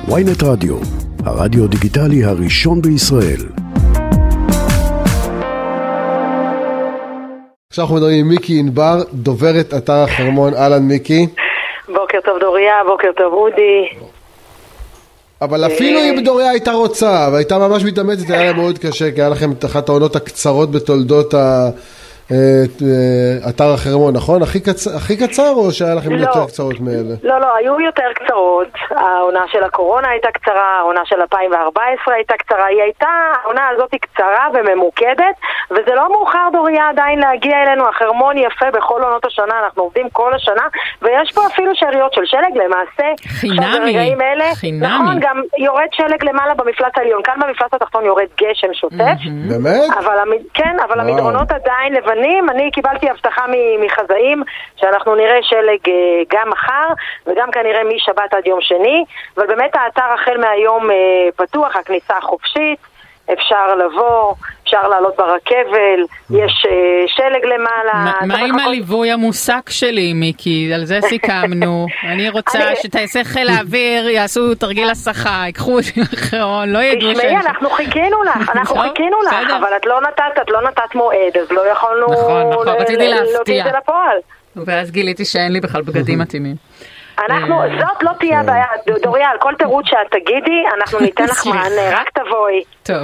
ynet רדיו, הרדיו דיגיטלי הראשון בישראל. עכשיו אנחנו מדברים עם מיקי ענבר, דוברת אתר החרמון. אהלן מיקי. בוקר טוב דוריה, בוקר טוב אודי. אבל אפילו אם דוריה הייתה רוצה והייתה ממש מתאמצת, היה לה מאוד קשה, כי היה לכם את אחת העונות הקצרות בתולדות אתר החרמון, נכון? הכי קצר או שהיה לכם יותר קצרות מאלה? לא, היו יותר קצרות. העונה של הקורונה הייתה קצרה, העונה של 2014 הייתה קצרה. העונה הזאת קצרה וממוקדת, וזה לא מאוחר דוריה עדיין להגיע אלינו. החרמון יפה בכל עונות השנה, אנחנו עובדים כל השנה, ויש פה אפילו שאריות של שלג למעשה. חינמי. נכון, גם יורד שלג למעלה במפלס העליון. כאן במפלס התחתון יורד גשם שוטף. באמת? כן, אבל המדרונות עדיין לבנים. אני קיבלתי הבטחה מחזאים שאנחנו נראה שלג גם מחר וגם כנראה משבת עד יום שני, אבל באמת האתר החל מהיום פתוח, הכניסה חופשית, אפשר לבוא, אפשר לעלות ברכבל, יש שלג למעלה. מה עם הליווי המוסק שלי, מיקי? על זה סיכמנו. אני רוצה שתעשה חיל האוויר, יעשו תרגיל הסחה, ייקחו אותי לחרון, לא ידעו תשמעי, אנחנו חיכינו לך, אבל את לא נתת מועד, אז לא יכולנו רציתי להפתיע. את זה לפועל. ואז גיליתי שאין לי בכלל בגדים מתאימים. זאת לא תהיה בעיה, דוריה, על כל תירוץ שאת תגידי, אנחנו ניתן לך מענה, רק תבואי. טוב,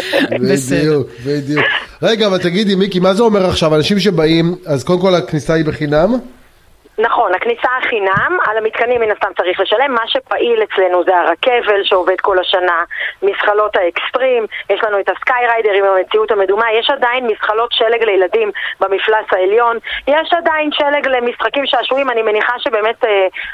בדיוק. רגע, אבל תגידי מיקי, מה זה אומר עכשיו? אנשים שבאים, אז קודם כל הכניסה היא בחינם? נכון, הכניסה החינם, על המתקנים מן הסתם צריך לשלם. מה שפעיל אצלנו זה הרכבל שעובד כל השנה, מסחלות האקסטרים, יש לנו את הסקייריידר עם המציאות המדומה, יש עדיין מסחלות שלג לילדים במפלס העליון, יש עדיין שלג למשחקים שעשועים. אני מניחה שבאמת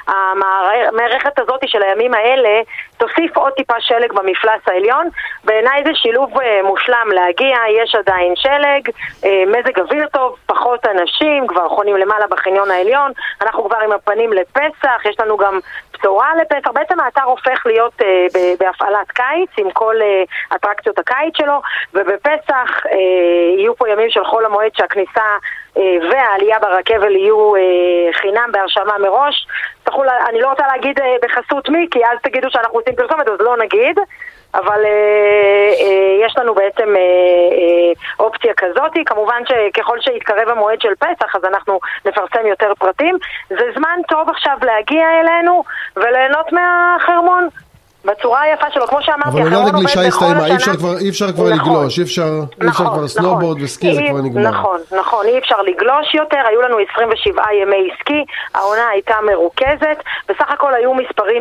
המערכת הזאת של הימים האלה תוסיף עוד טיפה שלג במפלס העליון. בעיניי זה שילוב מושלם להגיע, יש עדיין שלג, מזג אוויר טוב, פחות אנשים, כבר חונים למעלה בחניון העליון, אנחנו כבר עם הפנים לפסח, יש לנו גם בשורה לפסח. בעצם האתר הופך להיות בהפעלת קיץ עם כל אטרקציות הקיץ שלו, ובפסח יהיו פה ימים של חול המועד שהכניסה והעלייה ברכבל יהיו חינם בהרשמה מראש. אני לא רוצה להגיד בחסות מי, כי אז תגידו שאנחנו עושים פרסומת, אז לא נגיד, אבל יש לנו בעצם אופציה כזאת. כמובן שככל שיתקרב המועד של פסח אז אנחנו נפרסם יותר פרטים. זה זמן טוב עכשיו להגיע אלינו וליהנות מהחרמון בצורה היפה שלו, כמו שאמרתי. אבל עונת הגלישה הסתיימה, אי אפשר כבר לגלוש, אי אפשר כבר סנובורד וסקי, זה כבר נגמר. נכון, אי אפשר לגלוש יותר. היו לנו 27 ימי סקי, העונה הייתה מרוכזת, בסך הכל היו מספרים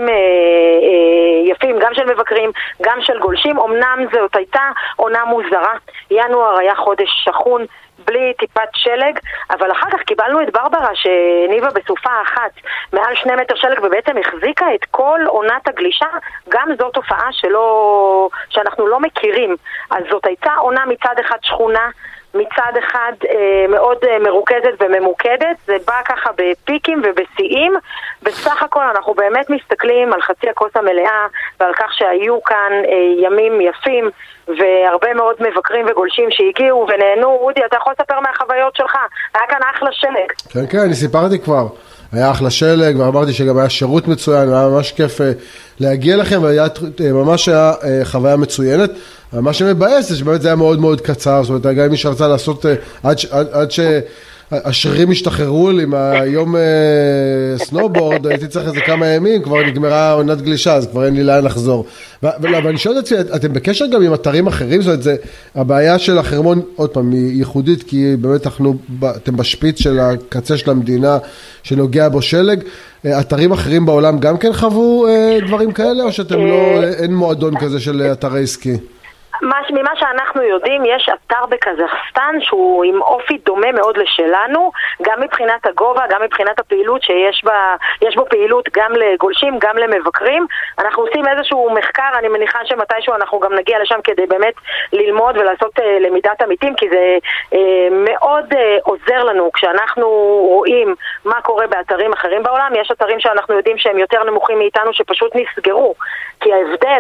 יפים, גם של מבקרים, גם של גולשים. אמנם זאת הייתה עונה מוזרה, ינואר היה חודש שחון, בלי טיפת שלג, אבל אחר כך קיבלנו את ברברה שניבה בסופה אחת מעל 2 מטר שלג ובעצם החזיקה את כל עונת הגלישה. גם זאת תופעה שאנחנו לא מכירים. אז זאת הייתה עונה מצד אחד שכונה, מצד אחד מאוד מרוכזת וממוקדת. זה בא ככה בפיקים ובשיאים. בסך הכל אנחנו באמת מסתכלים על חצי הכוס המלאה ועל כך שהיו כאן ימים יפים והרבה מאוד מבקרים וגולשים שהגיעו ונהנו. אודי, אתה יכול לספר מהחוויות שלך? היה כאן אחלה שלג. כן, אני סיפרתי כבר. היה אחלה שלג, ואמרתי שגם היה שירות מצוין, והיה ממש כיף להגיע לכם, וממש היה חוויה מצוינת. מה שמבאס זה שבאמת זה היה מאוד מאוד קצר, זאת אומרת, גם אם מי שרצה לעשות עד שהשרירים השתחררו לי מהיום סנובורד, הייתי צריך איזה כמה ימים, כבר נגמרה עונת גלישה, אז כבר אין לי לאן לחזור. ואני שואל את עצמי, אתם בקשר גם עם אתרים אחרים? זאת אומרת, הבעיה של החרמון, עוד פעם, היא ייחודית, כי באמת אתם בשפיץ של הקצה של המדינה שנוגע בו שלג. אתרים אחרים בעולם גם כן חוו דברים כאלה, או שאתם לא, אין מועדון כזה של אתרי סקי? ממה שאנחנו יודעים, יש אתר בקזחסטן שהוא עם אופי דומה מאוד לשלנו, גם מבחינת הגובה, גם מבחינת הפעילות שיש בו פעילות גם לגולשים, גם למבקרים. אנחנו עושים איזשהו מחקר, אני מניחה שמתישהו אנחנו גם נגיע לשם כדי באמת ללמוד ולעשות למידת עמיתים, כי זה מאוד עוזר לנו כשאנחנו רואים מה קורה באתרים אחרים בעולם. יש אתרים שאנחנו יודעים שהם יותר נמוכים מאיתנו שפשוט נסגרו, כי ההבדל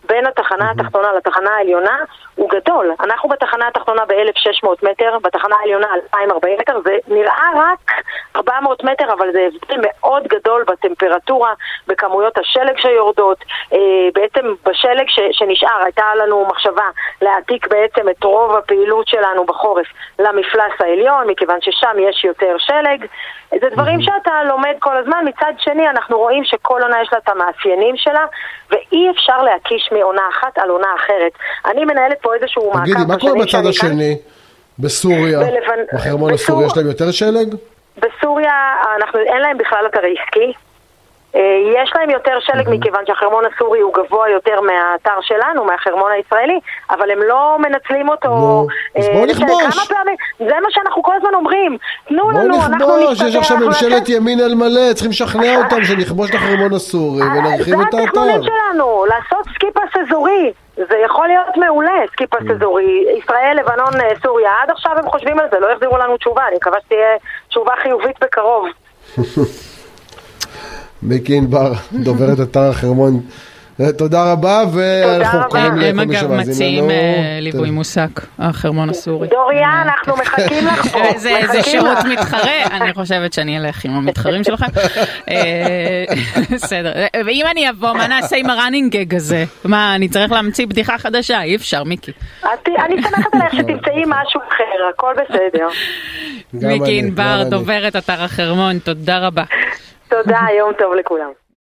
בין התחנה התחתונה לתחנה העליונה הוא גדול. אנחנו בתחנה התחתונה ב-1600 מטר, בתחנה העליונה 2040 מטר, זה נראה רק 400 מטר, אבל זה הבדל מאוד גדול בטמפרטורה, בכמויות השלג שיורדות. בעצם בשלג שנשאר, הייתה לנו מחשבה להעתיק בעצם את רוב הפעילות שלנו בחורף למפלס העליון, מכיוון ששם יש יותר שלג. זה דברים שאתה לומד כל הזמן. מצד שני, אנחנו רואים שכל עונה יש לה את המאפיינים שלה, ואי אפשר להקיש מעונה אחת על עונה אחרת. אני מנהלת פה איזשהו מעקב. תגידי, מה קורה בצד השני? בסוריה? בחרמון הסורי יש להם יותר שלג? בסוריה אין להם בכלל אתרי עסקי. יש להם יותר שלג מכיוון שהחרמון הסורי הוא גבוה יותר מהאתר שלנו, מהחרמון הישראלי, אבל הם לא מנצלים אותו. אז בואו נכבוש. זה מה שאנחנו כל הזמן אומרים. תנו לנו, אנחנו נכבוש, יש עכשיו ממשלת ימין על מלא, צריכים לשכנע אותם שנכבוש את החרמון הסורי ונרחיב את האתר. זה התכנונים שלנו, לעשות סקיפס אזורי. זה יכול להיות מעולה, סקיפס אזורי. ישראל, לבנון, סוריה. עד עכשיו הם חושבים על זה, לא יחזירו לנו תשובה. אני מקווה שתהיה תשובה חיובית בקרוב. מיקי ענבר, דוברת אתר החרמון, תודה רבה, ואנחנו קוראים לכל מי שמאזין לנו. אגב, מציעים ליווי מוסק, החרמון הסורי. דוריה, אנחנו מחכים לך פה. זה שירות מתחרה, אני חושבת שאני אלך עם המתחרים שלכם. בסדר, ואם אני אבוא, מה נעשה עם הרנינגג הזה? מה, אני צריך להמציא בדיחה חדשה? אי אפשר, מיקי. אני שמחת עליך שתמצאי משהו אחר, הכל בסדר. מיקי ענבר, דוברת אתר החרמון, תודה רבה. תודה, יום טוב לכולם.